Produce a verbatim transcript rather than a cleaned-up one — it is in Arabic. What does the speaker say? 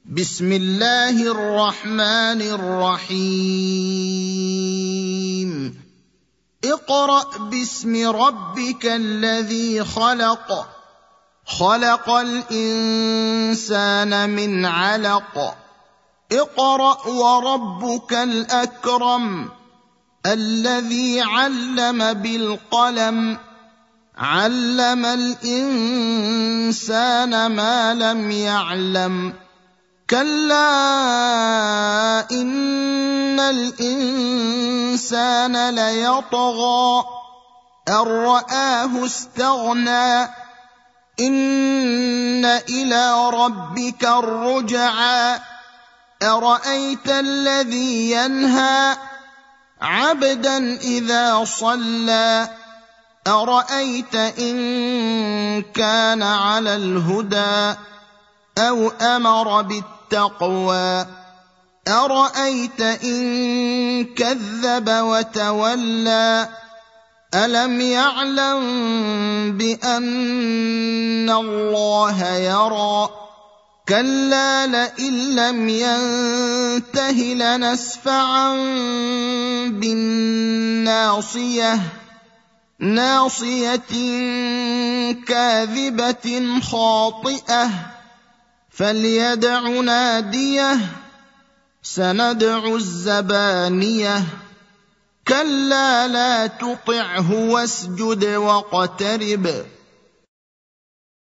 بسم الله الرحمن الرحيم اقرأ باسم ربك الذي خلق خلق الإنسان من علق اقرأ وربك الأكرم الذي علم بالقلم علم الإنسان ما لم يعلم كلا إن الإنسان ليطغى أن رآه استغنى إن إلى ربك الرجعى أرأيت الذي ينهى عبدا إذا صلى أرأيت إن كان على الهدى أو أمر بالتقوى أرأيت إن كذب وتولى ألم يعلم بأن الله يرى كلا لئن لم ينته لنسفعا بالناصية ناصية كاذبة خاطئة فليدع ناديه سندع الزبانية كلا لا تطعه واسجد واقترب